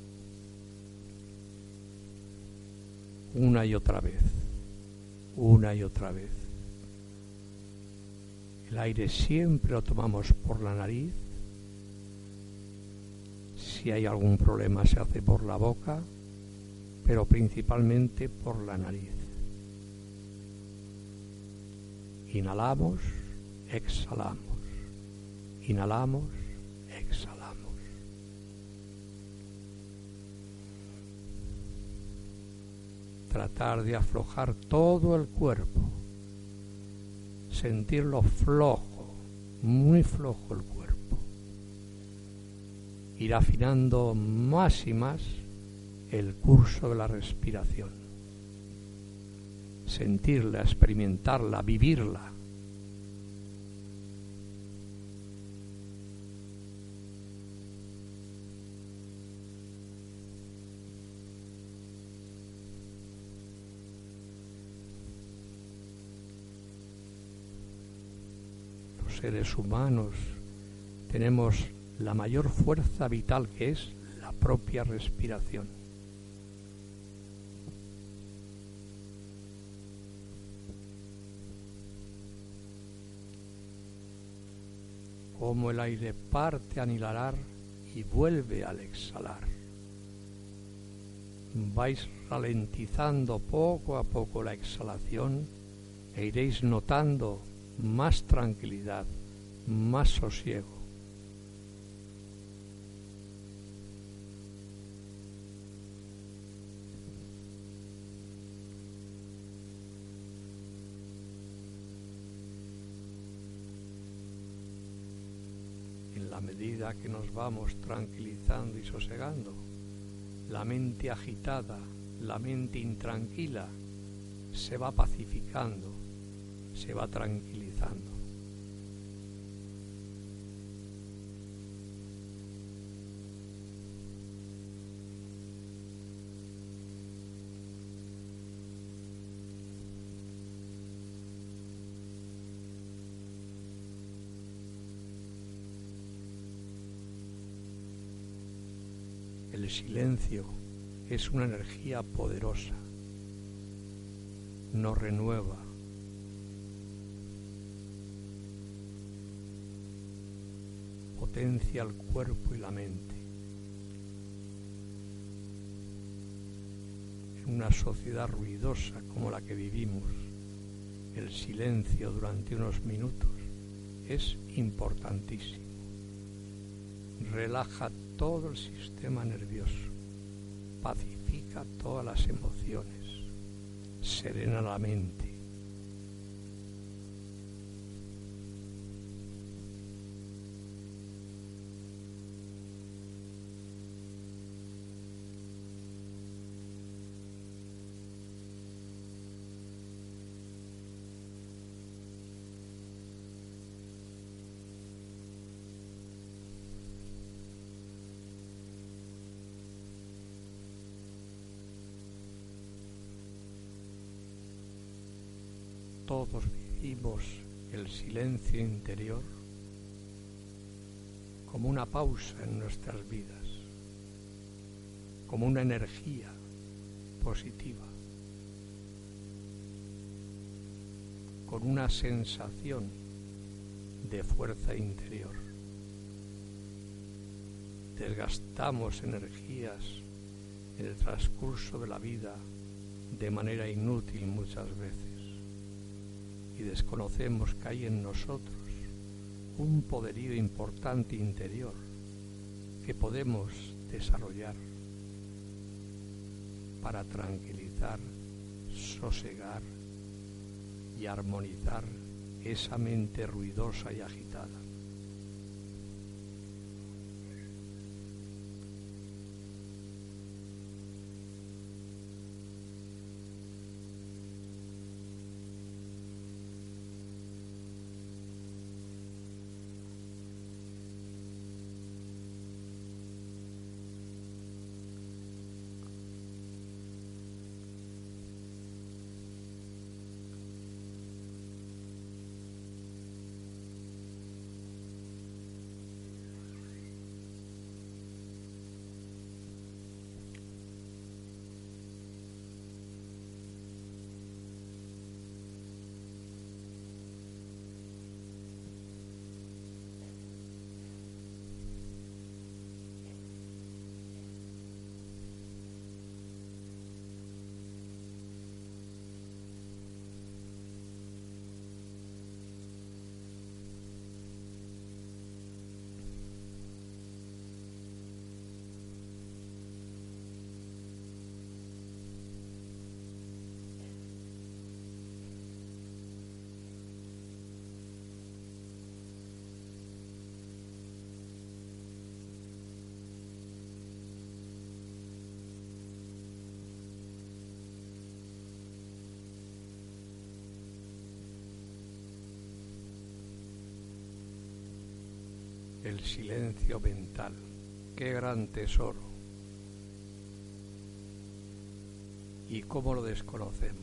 una y otra vez, una y otra vez. El aire siempre lo tomamos por la nariz. Si hay algún problema se hace por la boca, pero principalmente por la nariz. Inhalamos, exhalamos. Inhalamos, exhalamos. Tratar de aflojar todo el cuerpo. Sentirlo flojo, muy flojo el cuerpo. Ir afinando más y más el curso de la respiración. sentirla, experimentarla, vivirla. Los seres humanos tenemos la mayor fuerza vital, que es la propia respiración. Como el aire parte al inhalar y vuelve al exhalar. Vais ralentizando poco a poco la exhalación e iréis notando más tranquilidad, más sosiego. En la medida que nos vamos tranquilizando y sosegando, la mente agitada, la mente intranquila, se va pacificando, se va tranquilizando. El silencio es una energía poderosa, nos renueva, potencia el cuerpo y la mente. En una sociedad ruidosa como la que vivimos, el silencio durante unos minutos es importantísimo. Relaja todo el sistema nervioso, pacifica todas las emociones, serena la mente. Todos vivimos el silencio interior como una pausa en nuestras vidas, como una energía positiva, con una sensación de fuerza interior. Desgastamos energías en el transcurso de la vida de manera inútil muchas veces. Y desconocemos que hay en nosotros un poderío importante interior que podemos desarrollar para tranquilizar, sosegar y armonizar esa mente ruidosa y agitada. el silencio mental. ¡Qué gran tesoro! ¿Y cómo lo desconocemos?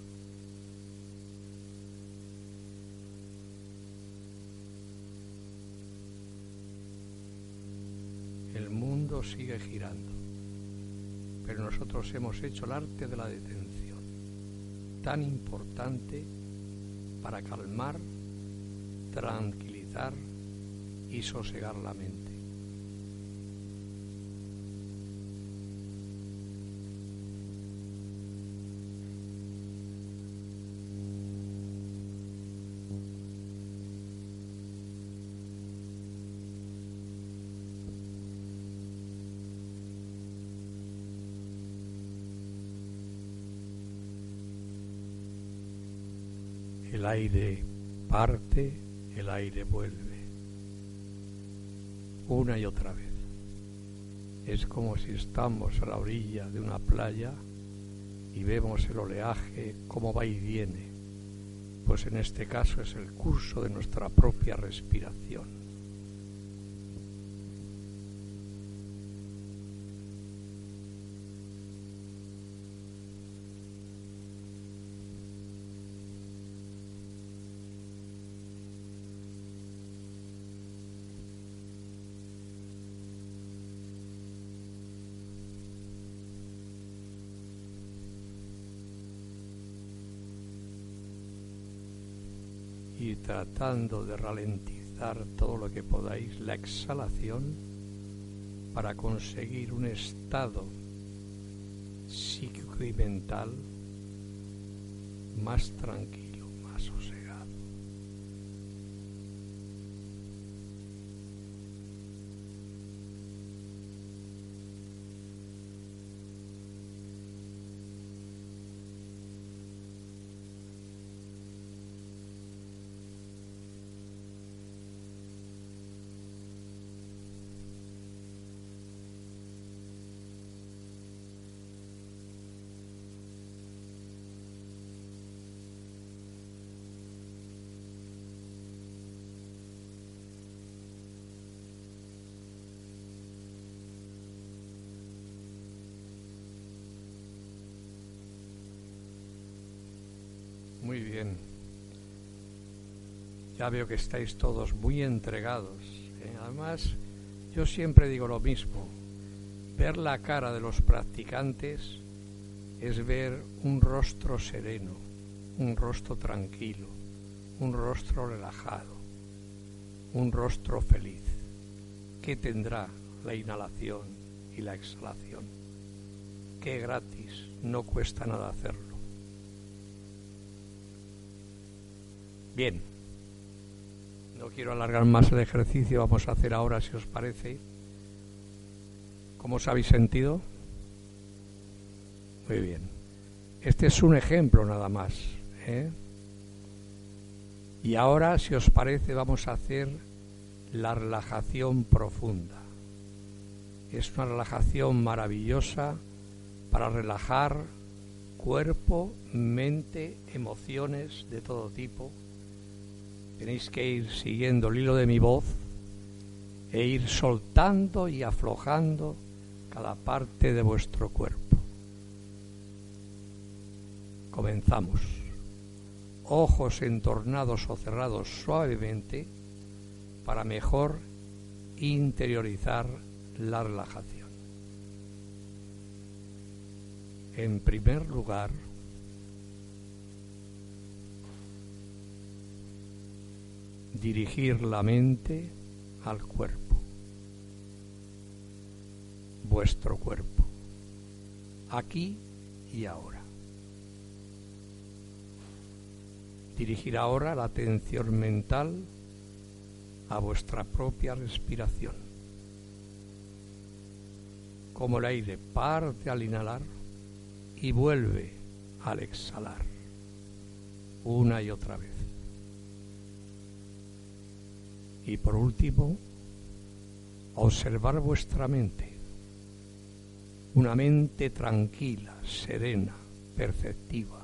El mundo sigue girando, pero nosotros hemos hecho el arte de la detención, tan importante para calmar, tranquilizar y sosegar la mente. El aire parte, el aire vuelve, una y otra vez. Es como si estamos a la orilla de una playa y vemos el oleaje cómo va y viene, pues en este caso es el curso de nuestra propia respiración. Y tratando de ralentizar todo lo que podáis la exhalación para conseguir un estado psíquico y mental más tranquilo, más sosegado. Muy bien. Ya veo que estáis todos muy entregados, ¿eh? Además, yo siempre digo lo mismo. Ver la cara de los practicantes es ver un rostro sereno, un rostro tranquilo, un rostro relajado, un rostro feliz. ¿Qué tendrá la inhalación y la exhalación? Qué gratis, no cuesta nada hacerlo. Bien, no quiero alargar más el ejercicio, vamos a hacer ahora, si os parece. ¿Cómo os habéis sentido? Muy bien. Este es un ejemplo nada más, ¿eh? Y ahora, si os parece, vamos a hacer la relajación profunda. Es una relajación maravillosa para relajar cuerpo, mente, emociones de todo tipo. Tenéis que ir siguiendo el hilo de mi voz e ir soltando y aflojando cada parte de vuestro cuerpo. Comenzamos. Ojos entornados o cerrados suavemente para mejor interiorizar la relajación. En primer lugar, dirigir la mente al cuerpo, vuestro cuerpo, aquí y ahora. Dirigir ahora la atención mental a vuestra propia respiración. Como el aire parte al inhalar y vuelve al exhalar, una y otra vez. Y por último, observar vuestra mente, una mente tranquila, serena, perceptiva.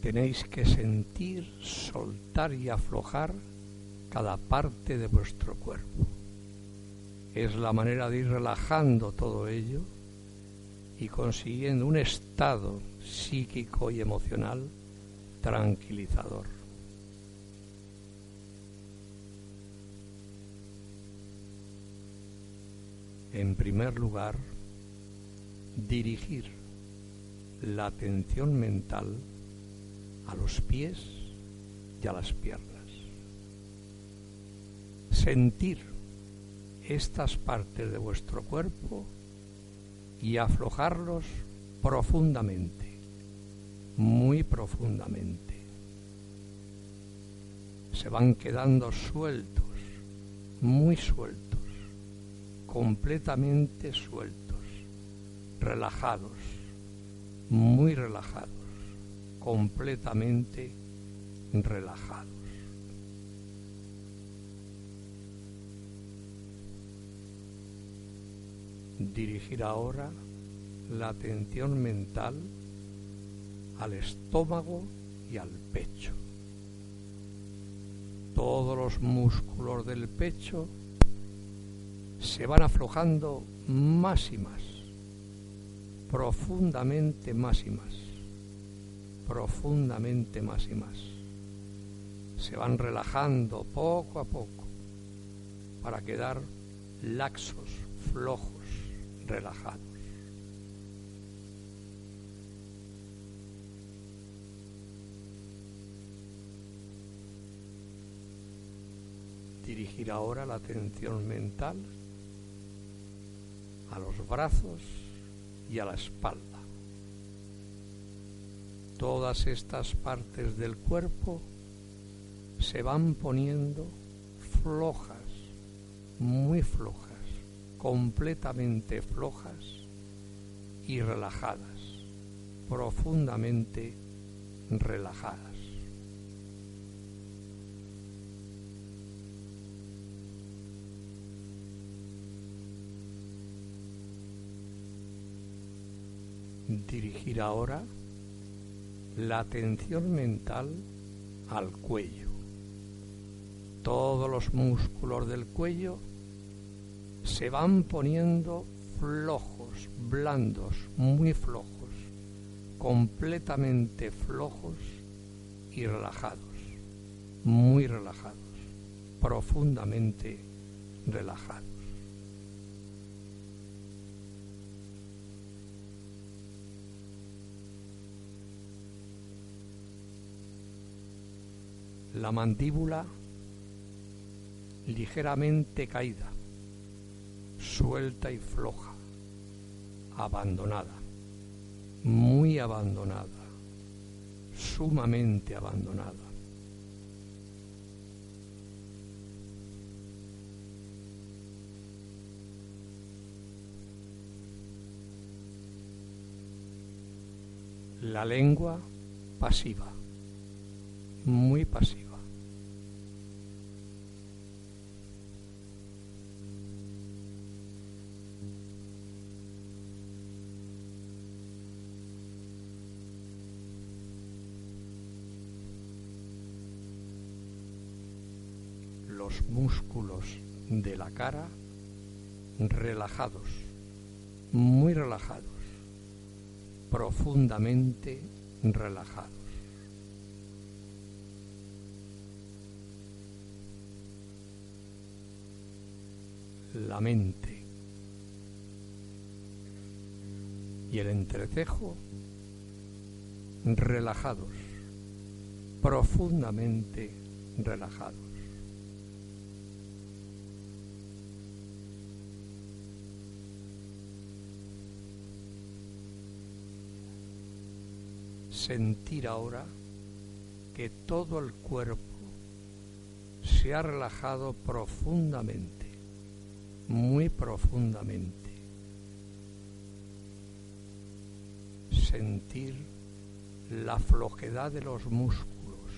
tenéis que sentir, soltar y aflojar cada parte de vuestro cuerpo. Es la manera de ir relajando todo ello y consiguiendo un estado psíquico y emocional tranquilizador. En primer lugar, dirigir la atención mental a los pies y a las piernas. Sentir estas partes de vuestro cuerpo y aflojarlos profundamente, muy profundamente. Se van quedando sueltos, muy sueltos, completamente sueltos, relajados, muy relajados, completamente relajados. Dirigir ahora la atención mental al estómago y al pecho. Todos los músculos del pecho se van aflojando más y más, profundamente más y más, profundamente más y más. Se van relajando poco a poco para quedar laxos, flojos, relajados. Dirigir ahora la atención mental a los brazos y a la espalda. Todas estas partes del cuerpo se van poniendo flojas, muy flojas, completamente flojas y relajadas, profundamente relajadas. Dirigir ahora la atención mental al cuello. Todos los músculos del cuello se van poniendo flojos, blandos, muy flojos, completamente flojos y relajados, muy relajados, profundamente relajados. La mandíbula ligeramente caída, suelta y floja, abandonada, muy abandonada, sumamente abandonada. La lengua pasiva, muy pasiva. Los músculos de la cara relajados, muy relajados, profundamente relajados. La mente y el entrecejo relajados, profundamente relajados. Sentir ahora que todo el cuerpo se ha relajado profundamente, muy profundamente. Sentir la flojedad de los músculos,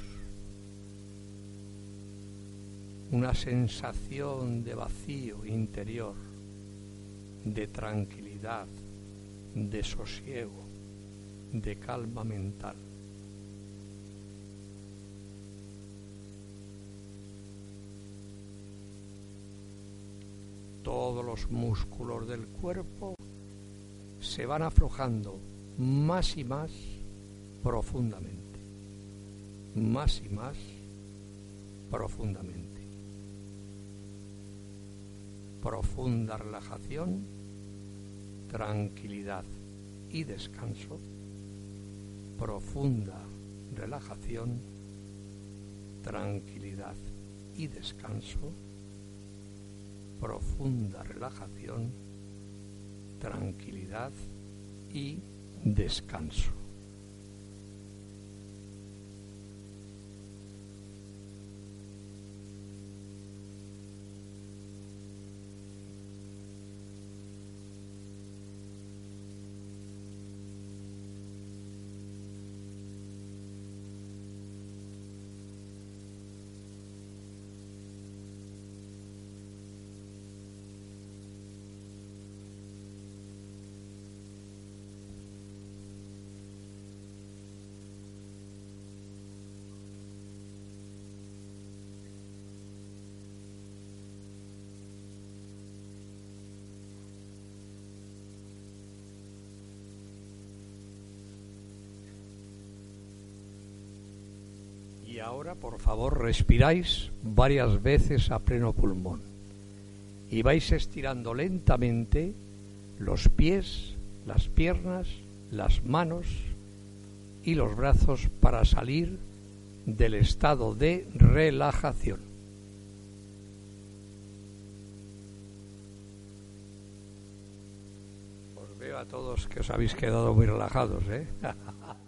una sensación de vacío interior, de tranquilidad, de sosiego, de calma mental. todos los músculos del cuerpo se van aflojando más y más profundamente, más y más profundamente. Profunda relajación, tranquilidad y descanso. Profunda relajación, tranquilidad y descanso. Profunda relajación, tranquilidad y descanso. Y ahora, por favor, respiráis varias veces a pleno pulmón y vais estirando lentamente los pies, las piernas, las manos y los brazos para salir del estado de relajación. Os veo a todos que os habéis quedado muy relajados, ¿eh?